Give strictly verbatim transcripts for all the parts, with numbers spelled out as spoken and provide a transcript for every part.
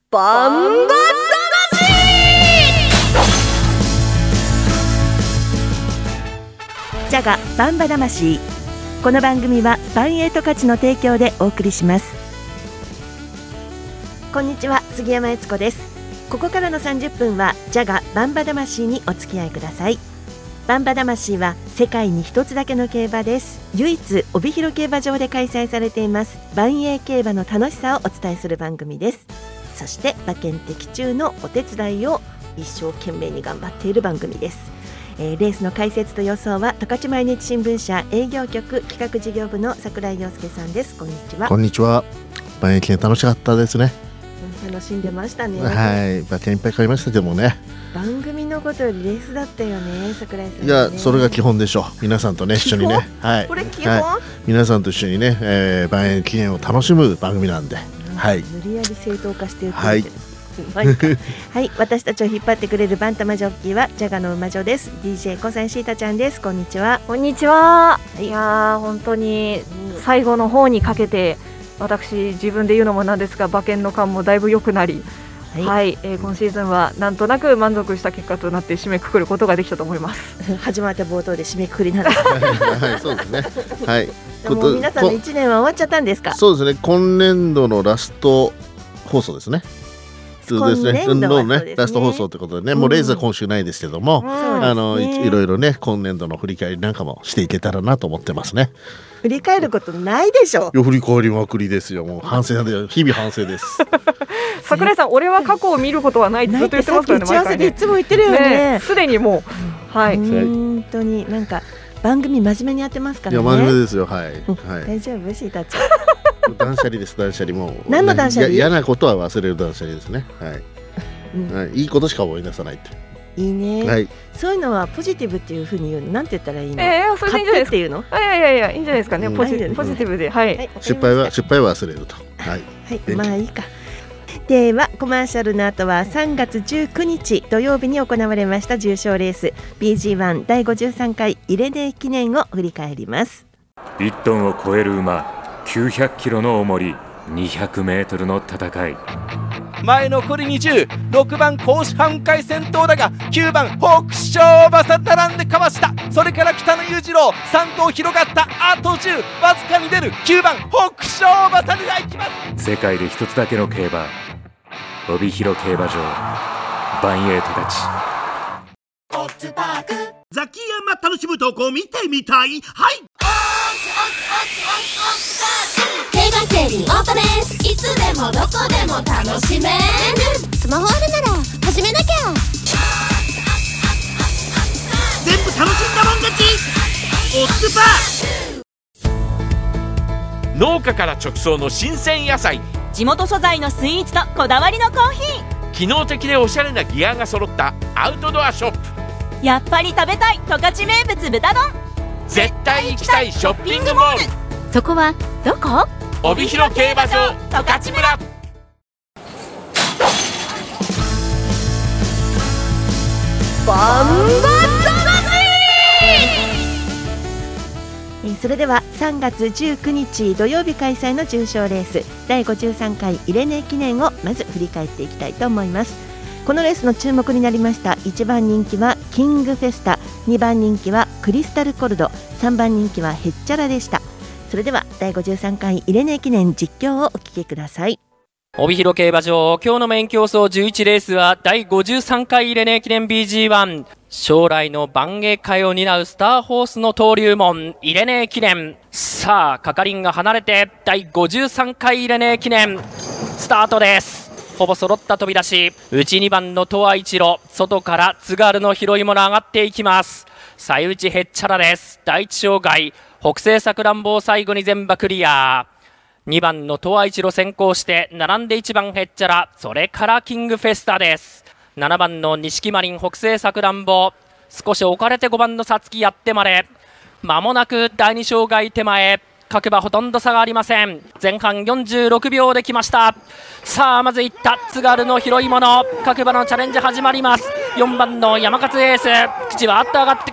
バンバ魂。ジャガバンバ魂。この番組はバンエイト価値の提供でお送りします。こんにちは、杉山悦子です。ここからのさんじゅっぷんはジャガバンバ魂にお付き合いください。バンバ魂は世界に一つだけの競馬です。唯一帯広競馬場で開催されていますバンエイ競馬の楽しさをお伝えする番組です。そして馬券的中のお手伝いを一生懸命に頑張っている番組です。えー、レースの解説と予想は十勝毎日新聞社営業局企画事業部の櫻井陽介さんです。こんにちは。 こんにちは。馬券記念楽しかったですね。 楽しんでましたね。 はい、馬券いっぱい買いましたけどもね。 番組のことよりレースだったよね、櫻井さん、ね。 いや、それが基本でしょう。皆さんとね一緒にね、はい、 これ基本、 はい、皆さんと一緒にね、えー、馬券記念を楽しむ番組なんで、はい、 無理やり正当化して言ってはい、 はい、私たちを引っ張ってくれるバンタマジョッキーはジャガの馬女です。 ディージェー 小西シータちゃんです。こんにちは。 こんにちは。いやー、本当に最後の方にかけて、私自分で言うのもなんですが、馬券の感もだいぶ良くなり、はい、はい、えー、今シーズンはなんとなく満足した結果となって締めくくることができたと思います始まった冒頭で締めくくりなんですはい、そうですね。はい、 もう皆さんのいちねんは終わっちゃったんですか？ そうですね、今年度のラスト放送ですね。そうですね、のね、ラスト放送ということでね、うん、もうレースは今週ないですけども、うん、あの い, いろいろね、今年度の振り返りなんかもしていけたらなと思ってますね。 振り返ることないでしょ。 いや、振り返りまくりですよ。もう反省で、日々反省です櫻井さん、俺は過去を見ることはないってずっと言ってますからね。 打ち合わせでいつも言ってるよね。 すで、ね、にもう、はい、 本当になんか番組真面目にやってますからね。 いや、真面目ですよ。はい、はい、 大丈夫？シータちゃん断捨離です。断捨離。もう何の断捨離？ 嫌なことは忘れる断捨離ですね。はい、うんはい、いいことしか思い出さないって。 いいね、 はい、 そういうのはポジティブっていうふうに言うの、なんて言ったらいいの？ えー、それでいいんじゃないですか。 っていうの？ いやいやいや、いいんじゃないですかね。うん、ポジティブ、ポジティブで、はい、はい、 失敗は失敗は忘れると。はい、 はい、まあいいか。ではコマーシャルの後はさんがつじゅうくにち土曜日に行われました重賞レース ビージーワン だいごじゅうさんかいイレネー記念を振り返ります。 いちトンを超える馬、きゅうひゃくキロの重り、にひゃくメートルの戦い。 前残りにじゅう、ろくばん甲子半回先頭だが、きゅうばん北勝馬さ並んでかわした。それから北野裕次郎さん頭広がった。あとじゅう、わずかに出るきゅうばん北勝馬さがいきます。 世界で一つだけの競馬、帯広競馬場、バンエイト勝ち。 オッズパーク、ザキヤマ楽しむとこ見てみたい。はい、 競馬競輪オートレース、いつでもどこでも楽しめる。スマホあるなら始めなきゃ。 全部楽しんだもん勝ち。オッズパー。 農家から直送の新鮮野菜、 地元素材のスイーツとこだわりのコーヒー、 機能的でおしゃれなギアが揃ったアウトドアショップ。 やっぱり食べたい十勝名物豚丼。 絶対行きたいショッピングモール。 そこはどこ？ 帯広競馬場十勝村。 バンバ魂。それではさんがつじゅうくにち土曜日開催の重賞レースだいごじゅうさんかいイレネー記念をまず振り返っていきたいと思います。このレースの注目になりましたいちばん人気はキングフェスタ、にばん人気はクリスタルコルド、さんばん人気はヘッチャラでした。それではだいごじゅうさんかいイレネー記念実況をお聞きください。 帯広競馬場、今日のメイン競争じゅういちレースはだいごじゅうさんかいイレネー記念 ビージーワン。 将来の番芸界を担うスターホースの登竜門イレネー記念。さあ係員が離れてだいごじゅうさんかいイレネー記念スタートです。ほぼ揃った飛び出し、内にばんのトア一路、外から津軽の拾い物上がっていきます。最内ヘッチャラです。第一障害北西さくらんぼを最後に全馬クリア。にばんのトア一路先行して並んでいちばんヘッチャラ、それからキングフェスタです。ななばんの錦マリン北西さくらんぼ、少し置かれてごばんのさつきやってまれ、まもなくだいに障害手前、各馬ほとんど差がありません。前半よんじゅうろくびょうできました。さあまずいった津軽の拾い物、各馬のチャレンジ始まります。よんばんの山勝エース、口はあっと上がってくる。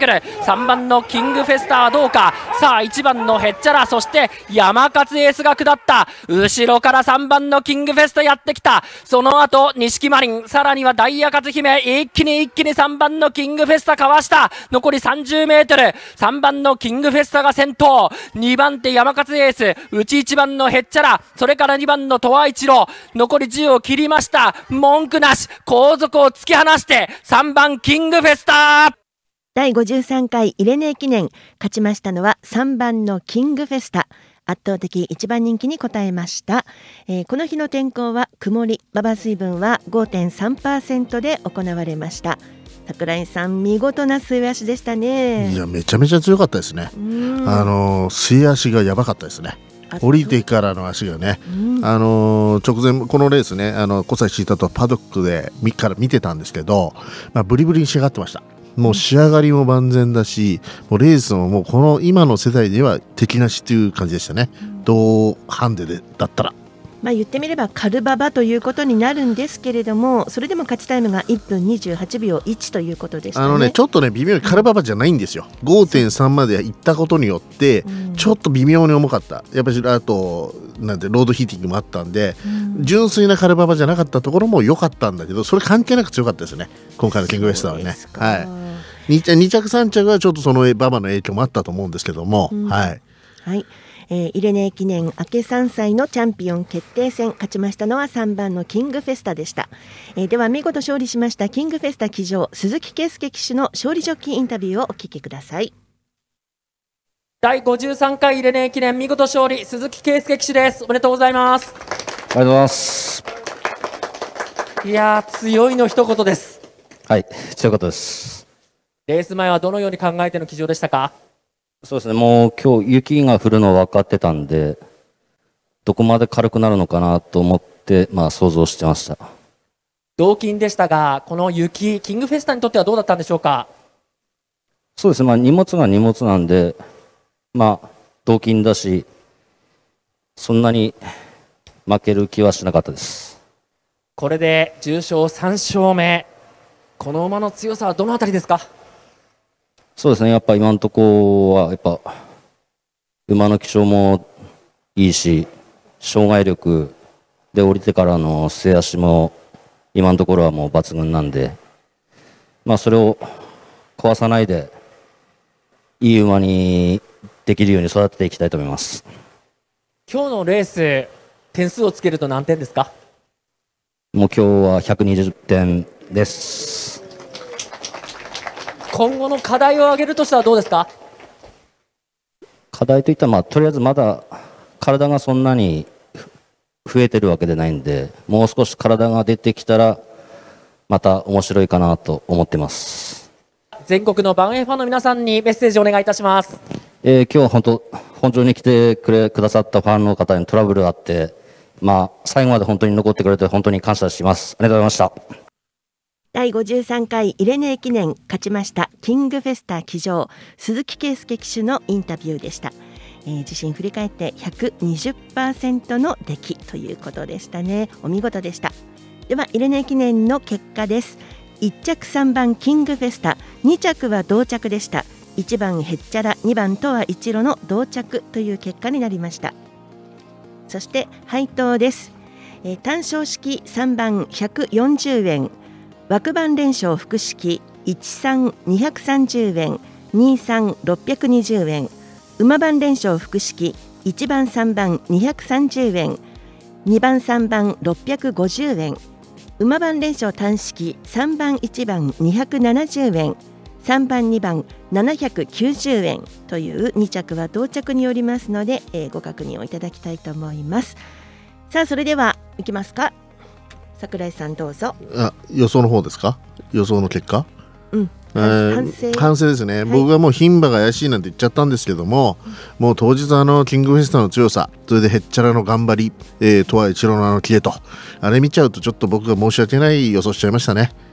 さんばんのキングフェスタはどうか。さあいちばんのヘッチャラ、そして山勝エースが下った。後ろからさんばんのキングフェスタやってきた。その後錦マリン、さらにはダイヤ勝姫、一気に一気にさんばんのキングフェスタかわした。残りさんじゅうメートル、さんばんのキングフェスタが先頭、にばん手山勝エース、内いちばんのヘッチャラ、それからにばんのトワイチロ、残りじゅうを切りました。文句なし、後続を突き放してさんばんキングフェスタ。 だいごじゅうさんかいイレネー記念、勝ちましたのはさんばんのキングフェスタ。圧倒的いちばん人気に応えました、えー、この日の天候は曇り、馬場水分は ごてんさんパーセント で行われました。桜井さん、見事な末脚でしたね。 いや、めちゃめちゃ強かったですね。あの末脚がやばかったですね。降りてからの足がね、あの直前このレースね、あの小西シータとパドックで見から見てたんですけど、まあ、ブリブリに仕上がってました。もう仕上がりも万全だし、もうレースももうこの今の世代では敵なしという感じでしたね。同ハンデでだったら、 まあ、言ってみればカルババということになるんですけれども、それでも勝ちタイムがいっぷんにじゅうはちびょういちということでしたね。 あのね、ちょっとね微妙にカルババじゃないんですよ。 ごてんさん まで行ったことによってちょっと微妙に重かった。やっぱりあとなんてロードヒーティングもあったんで、うん、純粋なカルババじゃなかったところも良かったんだけど、それ関係なく強かったですよね、今回のキングフェスタはね。はい、に, に着さん着はちょっとその馬場の影響もあったと思うんですけども、うん、はい、 はい、えー、イレネー記念明けさんさいのチャンピオン決定戦、勝ちましたのはさんばんのキングフェスタでした、えー、では見事勝利しましたキングフェスタ騎乗鈴木圭介騎手の勝利ジョッキーインタビューをお聞きください。 だいごじゅうさんかいイレネー記念見事勝利、鈴木圭介騎手です。おめでとうございます。 ありがとうございます。 いやー、強いの一言です。 はい、強かったです。 レース前はどのように考えての騎乗でしたか？ そうですね、もう今日雪が降るの分かってたんで、どこまで軽くなるのかなと思って、まあ、想像してました。 同金でしたが、この雪、キングフェスタにとってはどうだったんでしょうか？ そうですね、まあ、荷物が荷物なんで、まあ、同金だし、そんなに負ける気はしなかったです。 これで重賞さんしょうめ、この馬の強さはどのあたりですか？ そうですね、やっぱ今のところはやっぱ馬の気性もいいし、障害力で降りてからの末脚も今のところはもう抜群なんで、まあ、それを壊さないでいい馬にできるように育てていきたいと思います。 今日のレース、点数をつけると何点ですか？ もう今日はひゃくにじゅってんです。 今後の課題を挙げるとしたらどうですか？ 課題といったら、まあ、とりあえずまだ体がそんなに増えてるわけでないんで、もう少し体が出てきたらまた面白いかなと思ってます。 全国のバンエイファンの皆さんにメッセージをお願いいたします。 えー、今日は本当本場に来てくれくださったファンの方にトラブルがあって、まあ、最後まで本当に残ってくれて本当に感謝します。ありがとうございました。 だいごじゅうさんかいイレネー記念、勝ちましたキングフェスタ騎乗鈴木圭介騎手のインタビューでした。えー、自身振り返って ひゃくにじゅっパーセント の出来ということでしたね。お見事でした。ではイレネー記念の結果です。いっ着さんばんキングフェスタ、に着は同着でした。いちばんヘッチャラ、にばんトワイチロの同着という結果になりました。そして配当です。えー、単勝式さんばんひゃくよんじゅうえん、枠番連勝複式いちさんにひゃくさんじゅうえん、にさんろっぴゃくにじゅうえん、馬番連勝複式いちばんさんばんにひゃくさんじゅうえん、にばんさんばんろっぴゃくごじゅうえん、馬番連勝単式さんばんいちばんにひゃくななじゅうえん、さんばんにばんななひゃくきゅうじゅうえんというに着は同着によりますので、えー、ご確認をいただきたいと思います。さあ、それではいきますか。櫻井さんどうぞ。 あ、予想の方ですか？予想の結果、 うん、 えー、反省反省ですね、はい、僕はもう牝馬が怪しいなんて言っちゃったんですけども、うん、もう当日あのキングフェスタの強さ、それでヘッチャラの頑張り、えー、とは一郎のあのキレと、あれ見ちゃうとちょっと僕が申し訳ない予想しちゃいましたね。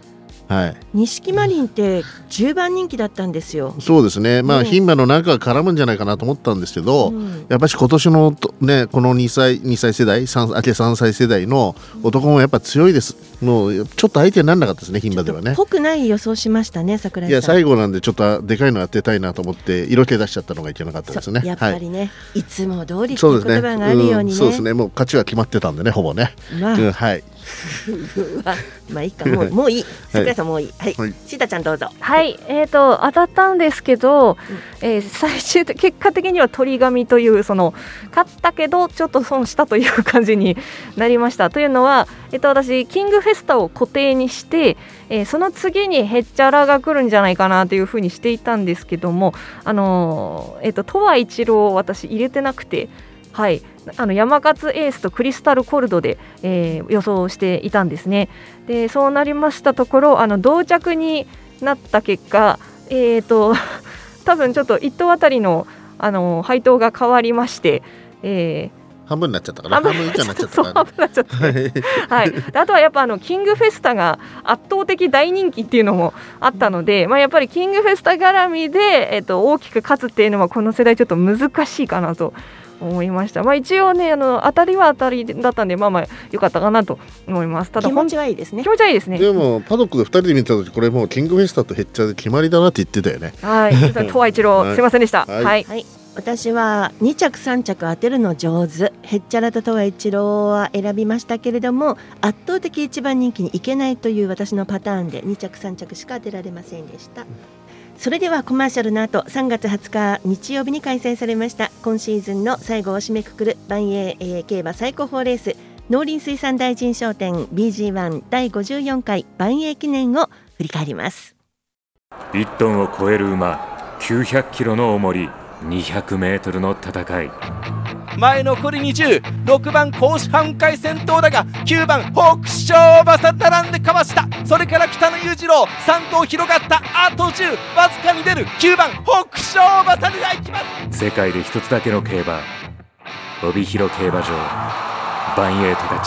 はい、 錦マリンってじゅうばん人気だったんですよ。 そうですね、まあ、牝馬の中が絡むんじゃないかなと思ったんですけど、うん、やっぱり今年の、ね、このにさい、にさい世代、明けさんさい世代の男もやっぱ強いです。もうちょっと相手にならなかったですね、牝馬ではね。 ぽくない予想しましたね、桜井さん。 いや、最後なんでちょっとでかいの当てたいなと思って色気出しちゃったのがいけなかったですね。 やっぱりね、はい、いつも通りっていう言葉があるようにね。 そうですね、もう勝ちは決まってたんでね、ほぼね、まあ、うん、はいまあいいか、もう、もういい、桜井さんもういい、はい、はい、シータちゃんどうぞ。 はい、えーと当たったんですけど、うん、えー、最終結果的には鳥紙というその勝ったけどちょっと損したという感じになりました。というのは、えーと私キングフェスタを固定にして、えー、その次にヘッチャラが来るんじゃないかなというふうにしていたんですけども、あのー、えーと鳥羽一郎を私入れてなくて、はい、あの山勝エースとクリスタルコルドで、えー、予想していたんですね。でそうなりましたところ、あの同着になった結果、えーと多分ちょっといっ頭あたりの、あの配当が変わりまして、えー半分になっちゃったかな、半分以下になっちゃったかな、 半分になっちゃってはい、あとはやっぱあのキングフェスタが圧倒的大人気っていうのもあったので、まあ、やっぱりキングフェスタ絡みで、えー、と大きく勝つっていうのはこの世代ちょっと難しいかなと思いました。まあ、一応ね、あの当たりは当たりだったんで、まあまあ良かったかなと思います。ただ気持ちはいいですね。 気持ちはいいですね。 でもパドックでふたりで見た時、これもうキングフェスタとヘッチャーで決まりだなって言ってたよね。 はい、とは一郎すいませんでした。はい、はいはい、私はに着さん着当てるの上手、ヘッチャラととは一郎は選びましたけれども、圧倒的一番人気にいけないという私のパターンでに着さん着しか当てられませんでした。うん、それではコマーシャルの後、さんがつはつか日曜日に開催されました今シーズンの最後を締めくくる万栄、えー、競馬最高峰レース、農林水産大臣商店 ビージーワン だいごじゅうよんかい万栄記念を振り返ります。 いちトンを超える馬、きゅうひゃくキロの重り、にひゃくメートルの戦い。 前残りにじゅう、ろくばん甲子半回先頭だがきゅうばん北勝馬さ並んでかわした。それから北野裕次郎さん頭広がった。あとじゅう、わずかに出るきゅうばん北勝馬さがいきます。 世界で一つだけの競馬、帯広競馬場万栄十勝。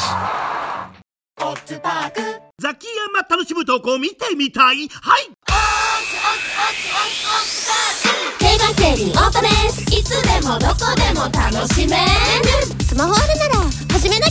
ザキヤマ楽しむ投稿見てみたい。はい、 競馬競輪オートレース、いつでもどこでも楽しめる。スマホあるなら始めなきゃ。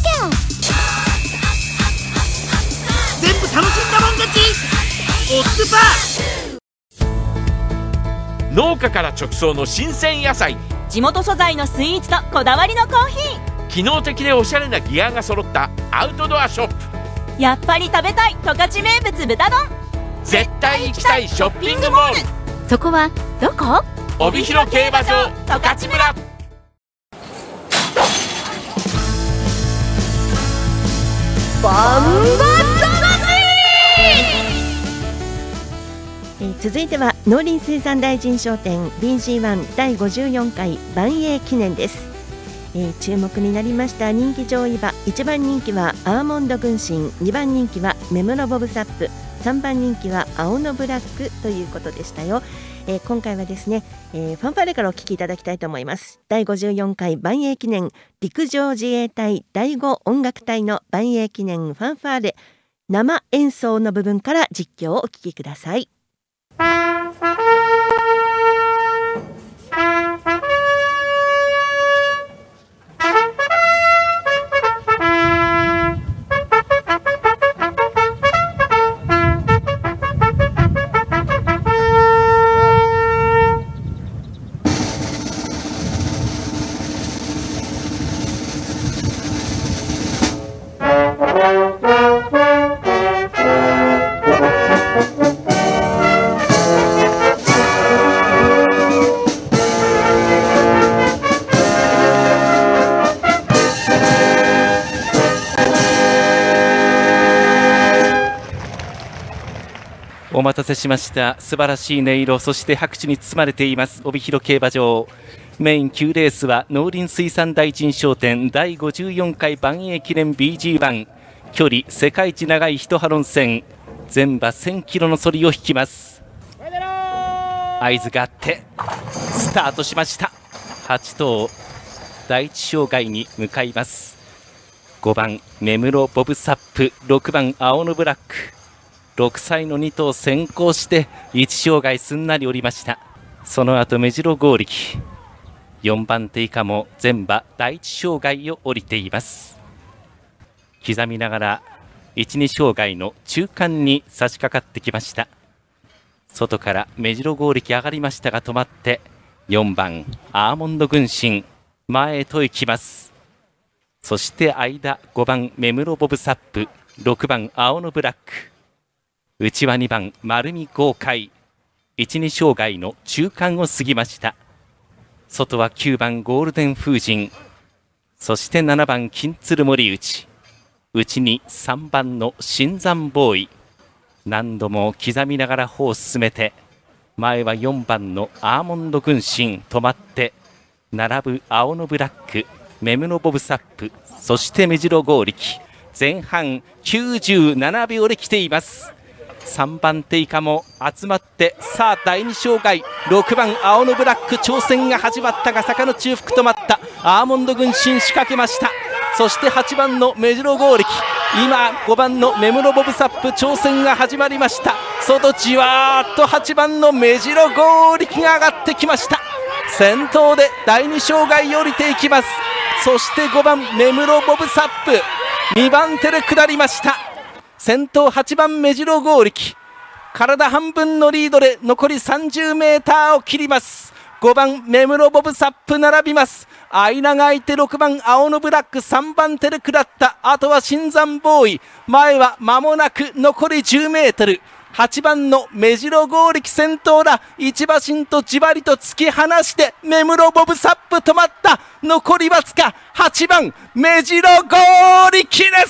全部楽しんだもん勝ち。オッズパー。農家から直送の新鮮野菜、 地元素材のスイーツとこだわりのコーヒー、 機能的でおしゃれなギアが揃ったアウトドアショップ。 やっぱり食べたい十勝名物豚丼。 絶対行きたいショッピングモール。 そこはどこ？ 帯広競馬場十勝村。 バンバ魂。えー、続いては農林水産大臣商店 ビージーワン だいごじゅうよんかい万栄記念です。えー、注目になりました人気上位馬、いちばん人気はアーモンド軍神、にばん人気は目室ボブサップ、さんばん人気は青のブラックということでしたよ。えー、今回はですね、えー、ファンファーレからお聞きいただきたいと思います。だいごじゅうよんかい万栄記念陸上自衛隊だいご音楽隊の万栄記念ファンファーレ、生演奏の部分から実況をお聞きください。 お待たせしました。素晴らしい音色、そして拍手に包まれています帯広競馬場。メインきゅうレースは農林水産大臣商店だいごじゅうよんかい万栄記念 ビージーワン、 距離世界一長い一波論戦、全馬せんキロのそりを引きます。合図があってスタートしました。はち頭第一障害に向かいます。ごばん目室ボブサップ、ろくばん青のブラック、 ろくさいのに頭先行していち障害すんなり降りました。その後目白剛力よんばん手以下も全馬だいいち障害を降りています。刻みながらいち、に障害の中間に差し掛かってきました。外から目白剛力上がりましたが止まってよんばんアーモンド軍神前へと行きます。そして間ごばん目室ボブサップ、ろくばん青のブラック、内はにばん丸見豪快、いち、に障害の中間を過ぎました。外はきゅうばんゴールデン風神、そしてななばん金鶴森内、内にさんばんの新山ボーイ。何度も刻みながら歩を進めて前はよんばんのアーモンド軍神止まって並ぶ青のブラック、メムノボブサップ、そして目白剛力、前半きゅうじゅうななびょうで来ています。さんばん手以下も集まってさあだいに障害ろくばん青のブラック挑戦が始まったが坂の中腹止まったアーモンド軍神仕掛けました。そしてはちばんの目白剛力、今ごばんのメムロボブサップ挑戦が始まりました。外じわーっとはちばんの目白剛力が上がってきました。先頭でだいに障害降りていきます。そしてごばんメムロボブサップにばん手で下りました。先頭はちばん目白剛力、体半分のリードで残りさんじゅうメーターを切ります。ごばんメムロボブサップ並びます。間が空いてろくばん青のブラック、さんばん手で下った。あとは新山ボーイ、前は間もなく残りじゅうメートル、はちばんの目白剛力先頭だ。一馬身とじわりと突き放してメムロボブサップ止まった。残りわずか、はちばん目白剛力です。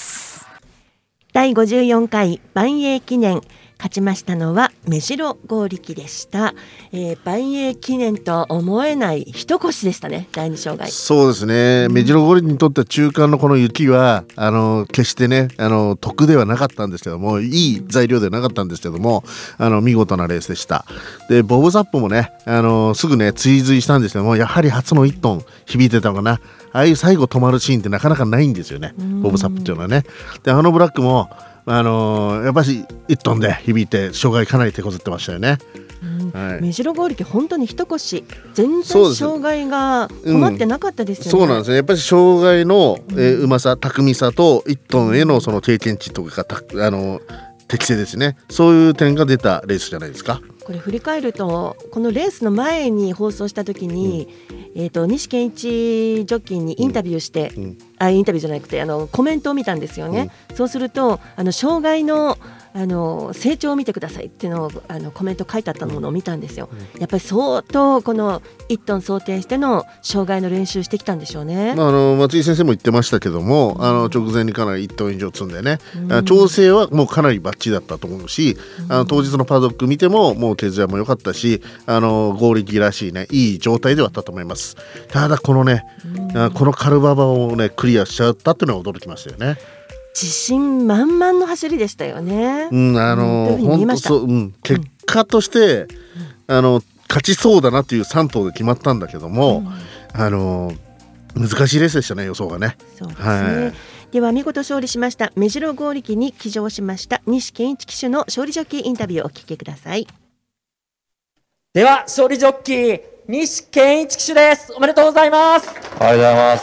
だいごじゅうよんかい万栄記念、勝ちましたのは目白剛力でした。えー、万栄記念とは思えない一腰でしたね、だいに障害。 そうですね、うん、目白剛力にとっては中間のこの雪はあの決してねあの得ではなかったんですけども、いい材料ではなかったんですけども、あの見事なレースでした。でボブサップもねあのすぐね追随したんですけども、やはり初のいっトン響いてたのかな。ああいう最後止まるシーンってなかなかないんですよね、ボブサップっていうのはね。であのブラックもあのー、やっぱりいっトンで響いて障害かなり手こずってましたよね。 うんはい、目白剛力本当に一腰全然障害が困ってなかったですよね。 そうなんですね。やっぱり障害の、えー、うまさ巧みさといっトンへのその経験値とかたあの適正ですね。そういう点が出たレースじゃないですか。 これ振り返るとこのレースの前に放送した時に、うんえー、と西健一ジョッキーにインタビューして、うん、あインタビューじゃなくてあのコメントを見たんですよね。うん、そうするとあの障害のあの成長を見てくださいっていうのをあのコメント書いてあったものを見たんですよ。やっぱり相当このいっトン想定しての障害の練習してきたんでしょうね。 まあ、あの松井先生も言ってましたけども、あの直前にかなりいっトン以上積んでね、うん、調整はもうかなりバッチリだったと思うし、うん、あの当日のパドック見てももう手艶も良かったし、あの剛力らしいねいい状態ではあったと思います。ただこのね、うん、このカルババをねクリアしちゃったっていうのは驚きましたよね。 自信満々の走りでしたよね。 うん、あの本当そう、うん、結果として、うん、あの勝ちそうだなっていうさん頭で決まったんだけども、うん、あの難しいレースでしたね、予想がね。 そうですね、はい、では見事勝利しました目白剛力に騎乗しました西健一騎手の勝利ジョッキーインタビューをお聞きください。 では勝利ジョッキー西健一騎手です。おめでとうございます。 ありがとうございます。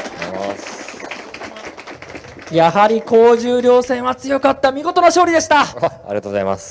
やはり高重量戦は強かった。見事な勝利でした。 あ, ありがとうございます。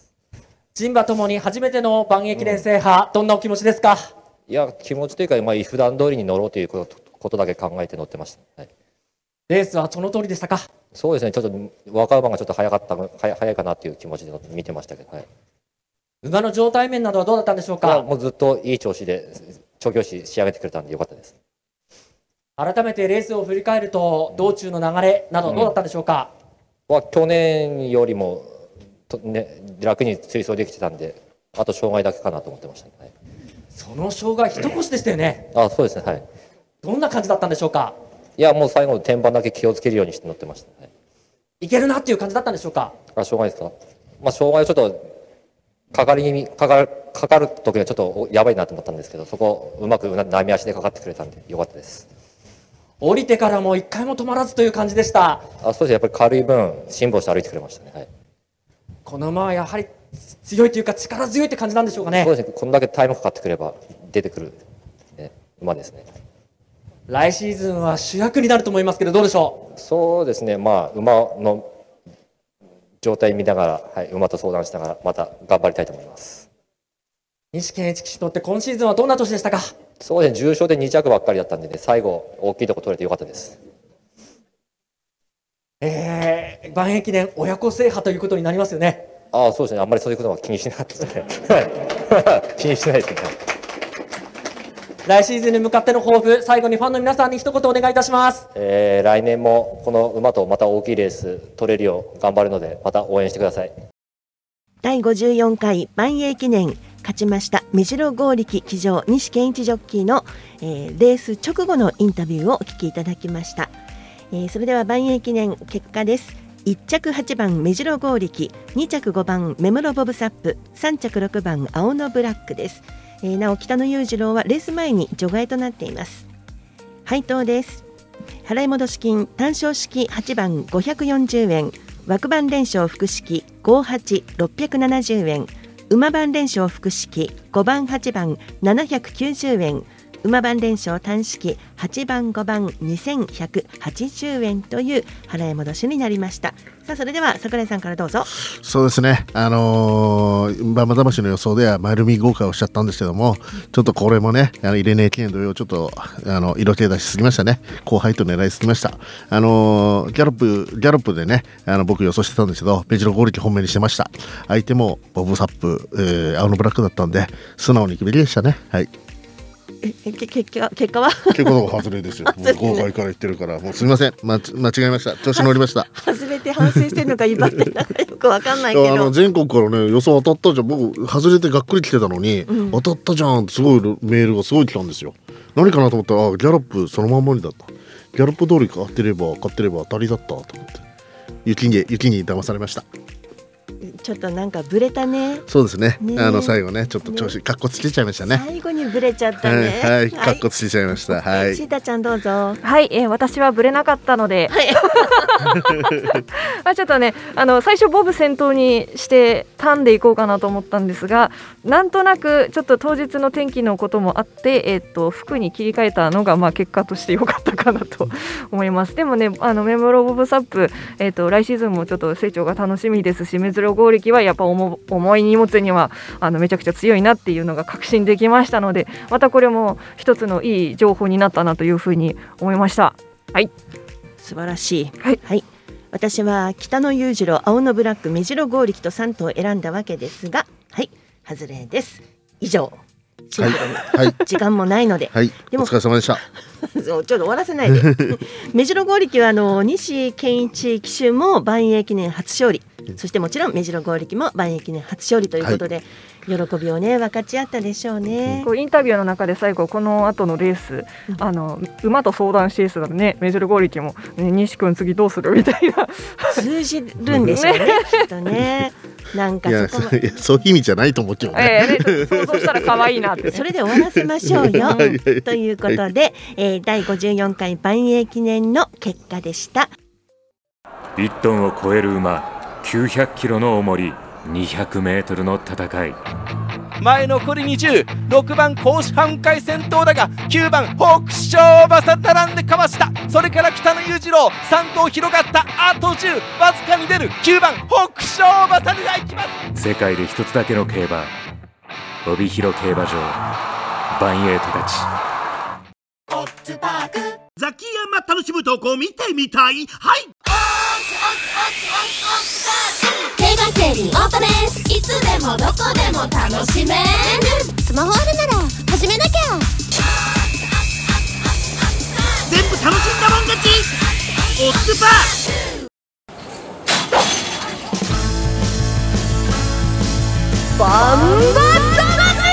人馬ともに初めての万栄記念制覇、うん、どんなお気持ちですか？ いや気持ちというか、まあ、普段通りに乗ろうということ、ことだけ考えて乗ってました、はい、 レースはその通りでしたか？ そうですね、ちょっと若馬がちょっと早かった早いかなっていう気持ちで見てましたけど、はい、 馬の状態面などはどうだったんでしょうか？ もうずっといい調子で調教師仕上げてくれたんでよかったです。 改めてレースを振り返ると道中の流れなどどうだったんでしょうか？ うん、去年よりもと、ね、楽に追走できてたんで、あと障害だけかなと思ってました、ね。はい、 その障害一腰でしたよね。 あ、そうですね、はい。 どんな感じだったんでしょうか？ いやもう最後の天板だけ気をつけるようにして乗ってました、ね。 いけるなっていう感じだったんでしょうか？ あ、障害ですか？まあ障害ちょっとかかり気味かかるかかる時はちょっとやばいなと思ったんですけど、そこをうまく波足でかかってくれたんでよかったです。 降りてからも一回も止まらずという感じでした。 あ、そうですね、やっぱり軽い分辛抱して歩いてくれましたね。はい、 この馬はやはり強いというか力強いって感じなんでしょうかね。 そうですね、こんだけタイムかかってくれば出てくる、ね、馬ですね。 来シーズンは主役になると思いますけど、どうでしょう。そうですね、まあ馬の状態見ながら、はい、馬と相談しながらまた頑張りたいと思います。 西健一騎手にとって今シーズンはどんな年でしたか。 そうですね、重賞でに着ばっかりだったんでね、最後大きいとこ取れてよかったです。 えー、万栄記念親子制覇ということになりますよね。 ああ、そうですね、あんまりそういうことは気にしなかったですね気にしてないですね。 来シーズンに向かっての抱負、最後にファンの皆さんに一言お願いいたします。 えー、来年もこの馬とまた大きいレース取れるよう頑張るので、また応援してください。 だいごじゅうよんかい万栄記念、勝ちました目白剛力騎乗西健一ジョッキーの、えー、レース直後のインタビューをお聞きいただきました。えー、それでは万栄記念結果です。いっ着はちばん目白剛力、に着ごばん目室ボブサップ、さん着ろくばん青のブラックです。えー、なお北野裕次郎はレース前に除外となっています。配当です。払い戻し金単勝式はちばんごひゃくよんじゅうえん、枠番連勝複式ごはちろっぴゃくななじゅうえん、馬番連勝複式ごばんはちばんななひゃくきゅうじゅうえん、馬番連勝単式はちばんごばんにせんひゃくはちじゅうえんという払い戻しになりました。さあ、それでは櫻井さんからどうぞ。 そうですね、あのー、馬場魂の予想では丸見豪華をしちゃったんですけども、ちょっとこれもね、あのイレネー記念同様ちょっとあの色気出しすぎましたね。後輩と狙いすぎました。あのー、ギャロップギャロップでね、あの僕予想してたんですけど、目白剛力本命にしてました。相手もボブサップ、えー、青のブラックだったんで素直に決めりでしたね。はい。 えけ結果結果は結果の外れですよ。もう豪快から言ってるから、もうすみません、ま、間違えました。調子乗りました。 外れて反省してるのか威張ってるのかよくわかんないけど、 あの全国からね予想当たったじゃん。僕外れてがっくり来てたのに、うん、当たったじゃんってすごいメールがすごい来たんですよ。何かなと思ったら、あギャロップそのまんまにだった。ギャロップ通り買ってれば買ってれば当たりだったと思って、雪に雪に騙されました。 ちょっとなんかブレたね。 そうですね。ねあの最後ねちょっと調子かっこつけちゃいましたね。 最後にブレちゃったね。 はい、かっこつけちゃいました。はい。 シータちゃんどうぞ。 はい、えー、私はブレなかったので、はい、まあちょっとねあの最初ボブ先頭にしてターンでいこうかなと思ったんですが、なんとなくちょっと当日の天気のこともあって、えー、っと服に切り替えたのがまあ結果として良かったかなと思います。でもねあのメモロボブサップ、えー、っと来シーズンもちょっと成長が楽しみですし、目白剛力はやっぱ重重い荷物にはあのめちゃくちゃ強いなっていうのが確信できましたので、またこれも一つのいい情報になったなというふうに思いました。はい、 素晴らしい。 はい、 はい、私は北野裕次郎、青のブラック、目白剛力とさん頭選んだわけですが、はい外れです。以上。はいはい、時間もないので、 はい、でもお疲れ様でしたちょっと終わらせないで目白剛力はあの西健一騎手も万栄記念初勝利、そしてもちろん目白剛力も万栄記念初勝利ということで、はい、喜びをね分かち合ったでしょうね。 こうインタビューの中で最後この後のレース、うん、あの馬と相談しているね目白剛力も、ね、西君次どうするみたいな通じるんでしょうねきっとね。なんかそこもいやそういう意味じゃないと思っちゃうね、 えー、ね想像したら可愛いなって、ね、 それで終わらせましょうよということで、えー、だいごじゅうよんかい万栄記念の結果でした。 いちトンを超える馬、きゅうひゃくキロの重り、にひゃくメートルの戦い。 前残りにじゅう、ろくばん甲子半回先頭だがきゅうばん北勝馬さ並んでかわした。それから北野裕次郎さん頭広がった。あとじゅうわずかに出るきゅうばん北勝馬さがいきます。 世界で一つだけの競馬、帯広競馬場、バンエイトたち。 ザキヤマ楽しむ投稿見てみたい。はい、 競馬競輪オートレース、いつでもどこでも楽しめる。スマホあるなら始めなきゃ。 全部楽しんだもん勝ち。オッズパー。 バンバ魂。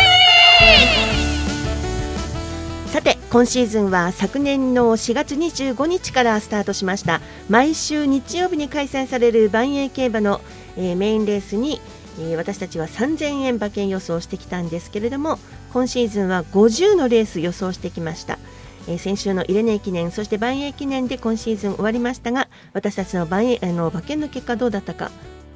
さて今シーズンは昨年のしがつにじゅうごにちからスタートしました毎週日曜日に開催される万栄競馬の、えー、メインレースに、えー、私たちはさんぜんえん馬券予想してきたんですけれども、今シーズンはごじゅうのレース予想してきました。えー、先週のイレネー記念、そして万栄記念で今シーズン終わりましたが、私たちの万栄あの馬券の結果どうだったか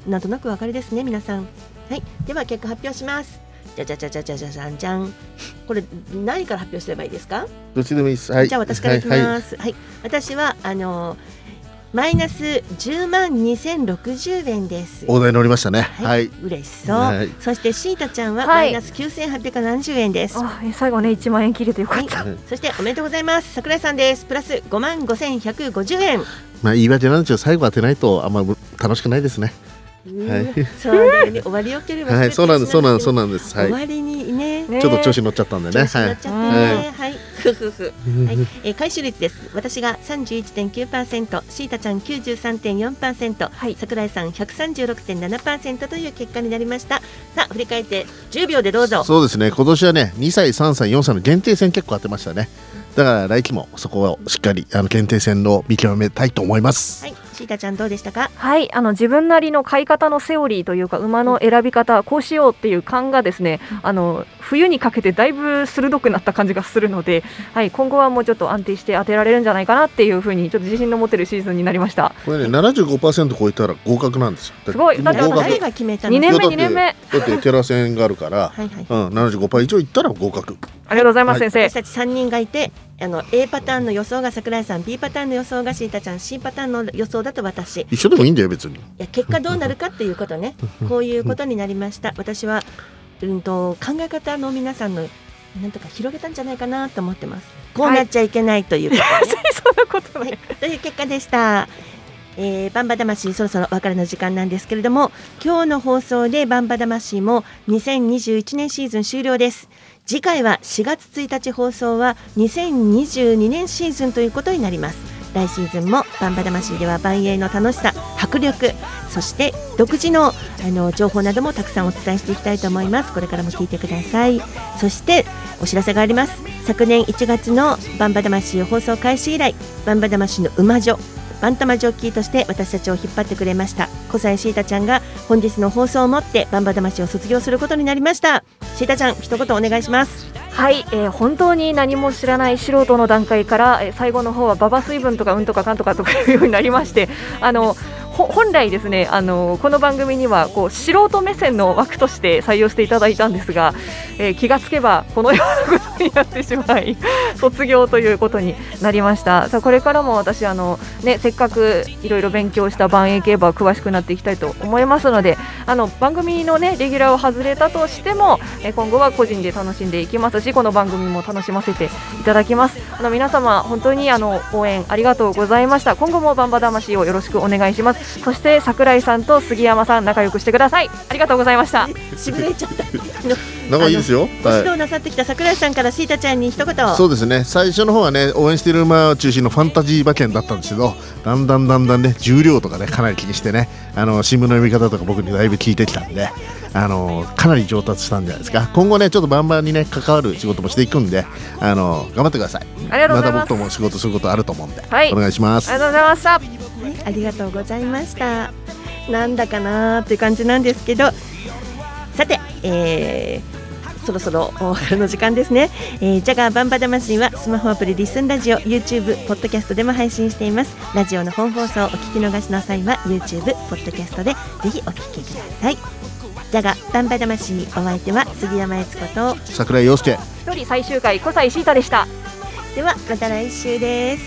なんとなくお分かりですね皆さん。はい、では結果発表します。じゃじゃじゃじゃじゃじゃじゃんじゃん。これ何から発表すればいいですか？ どっちでもいいです。はい、 じゃあ私からいきます。はい、はい、私はあのマイナスじゅうまんにせんろくじゅうえんです。 大台乗りましたね。 はい、 はい、 嬉しそう。はい、そしてシータちゃんははい、 マイナスきゅうせんはっぴゃくななじゅうえんです。 あ、最後ねいちまんえん切れてよかった。 はい、そしておめでとうございます。桜井さんです。プラスごまんごせんひゃくごじゅうえん。 まあ言い訳なんですよ。最後当てないとあんま楽しくないですね。 はい、そうだよね。終わりよければはい、そうなんです、そうなんです、そうなんです。はい、 終わりにね、 ちょっと調子乗っちゃったんでね。 調子乗っちゃってね。はい、ふふふ。はい、えー、回収率です。私が さんじゅういってんきゅうパーセント、シータちゃん きゅうじゅうさんてんよんパーセント、はい、桜井さん ひゃくさんじゅうろくてんななパーセント という結果になりました。さあ振り返ってじゅうびょうでどうぞ。 そうですね。今年はね、にさい、さんさい、よんさいの限定戦結構当てましたね。だから来期もそこをしっかりあの限定戦の見極めたいと思います。 はい、シータちゃんどうでしたか？ はい、あの自分なりの買い方のセオリーというか馬の選び方、こうしようっていう勘がですね、あの冬にかけてだいぶ鋭くなった感じがするので、はい、今後はもうちょっと安定して当てられるんじゃないかなっていうふうにちょっと自信の持てるシーズンになりました。 これね ななじゅうごパーセント 超えたら合格なんですよ。 すごい。だって誰が決めたの？ にねんめにねんめだってテラ戦があるからはい、はい、うん、ななじゅうごパーセント 以上いったら合格。 ありがとうございます、はい、先生。 私たちさんにんがいて、あの A パターンの予想が桜井さん、 B パターンの予想がシータちゃん、 C パターンの予想だと私。 一緒でもいいんだよ別に。いや結果どうなるかっていうことねこういうことになりました。私は、うんと、考え方の皆さんのなんとか広げたんじゃないかなと思ってます。こうなっちゃいけないということね、はい、 そんなことない、 はい、という結果でした。えー、バンバ魂そろそろお別れの時間なんですけれども、今日の放送でバンバ魂もにせんにじゅういちねんシーズン終了です。次回はしがつついたち放送はにせんにじゅうにねんシーズンということになります。来シーズンもバンバ魂では万栄の楽しさ、迫力、そして独自の、あの情報などもたくさんお伝えしていきたいと思います。これからも聞いてください。そしてお知らせがあります。昨年いちがつのバンバ魂放送開始以来、バンバ魂の馬女バンタマジョッキーとして私たちを引っ張ってくれました小西シータちゃんが本日の放送をもってバンバ魂を卒業することになりました。シータちゃん一言お願いします。 はい、えー、本当に何も知らない素人の段階から、えー、最後の方はババ水分とかうんとかかんとかとかいうようになりまして、あの本来ですね、あのこの番組にはこう素人目線の枠として採用していただいたんですが、えー、気がつけばこのようなことになってしまい卒業ということになりました。さあこれからも私あの、ね、せっかくいろいろ勉強した万栄競馬詳しくなっていきたいと思いますので、あの番組の、ね、レギュラーを外れたとしても、えー、今後は個人で楽しんでいきますし、この番組も楽しませていただきます。あの皆様本当にあの応援ありがとうございました。今後もバンバ魂をよろしくお願いします。そして桜井さんと杉山さん仲良くしてください。ありがとうございました。 しびれちゃった仲いいですよ。 ご指導なさってきた桜井さんからシータちゃんに一言。 そうですね、最初の方はね応援している馬を中心のファンタジー馬券だったんですけど、だんだんだんだんね重量とかねかなり気にしてね、あの新聞の読み方とか僕にだいぶ聞いてきたんで、あのかなり上達したんじゃないですか。今後ねちょっとバンバンにね関わる仕事もしていくんで、あの頑張ってください。 ありがとうございます。 また僕とも仕事することあると思うんで、 はい、 お願いします。 ありがとうございました。 ありがとうございました。なんだかなーっていう感じなんですけど、さて、えー、そろそろお別れの時間ですね。えー、ジャガーバンバ魂はスマホアプリリスンラジオ、 YouTube、ポッドキャストでも配信しています。ラジオの本放送お聞き逃しの際は YouTube、ポッドキャストでぜひお聞きください。ジャガーバンバ魂、お相手は杉山悦子と桜井陽介、 一人最終回小西シータでした。 ではまた来週です。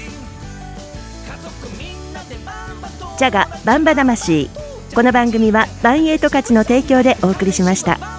ジャガバンバ魂、この番組はバンエイト価値の提供でお送りしました。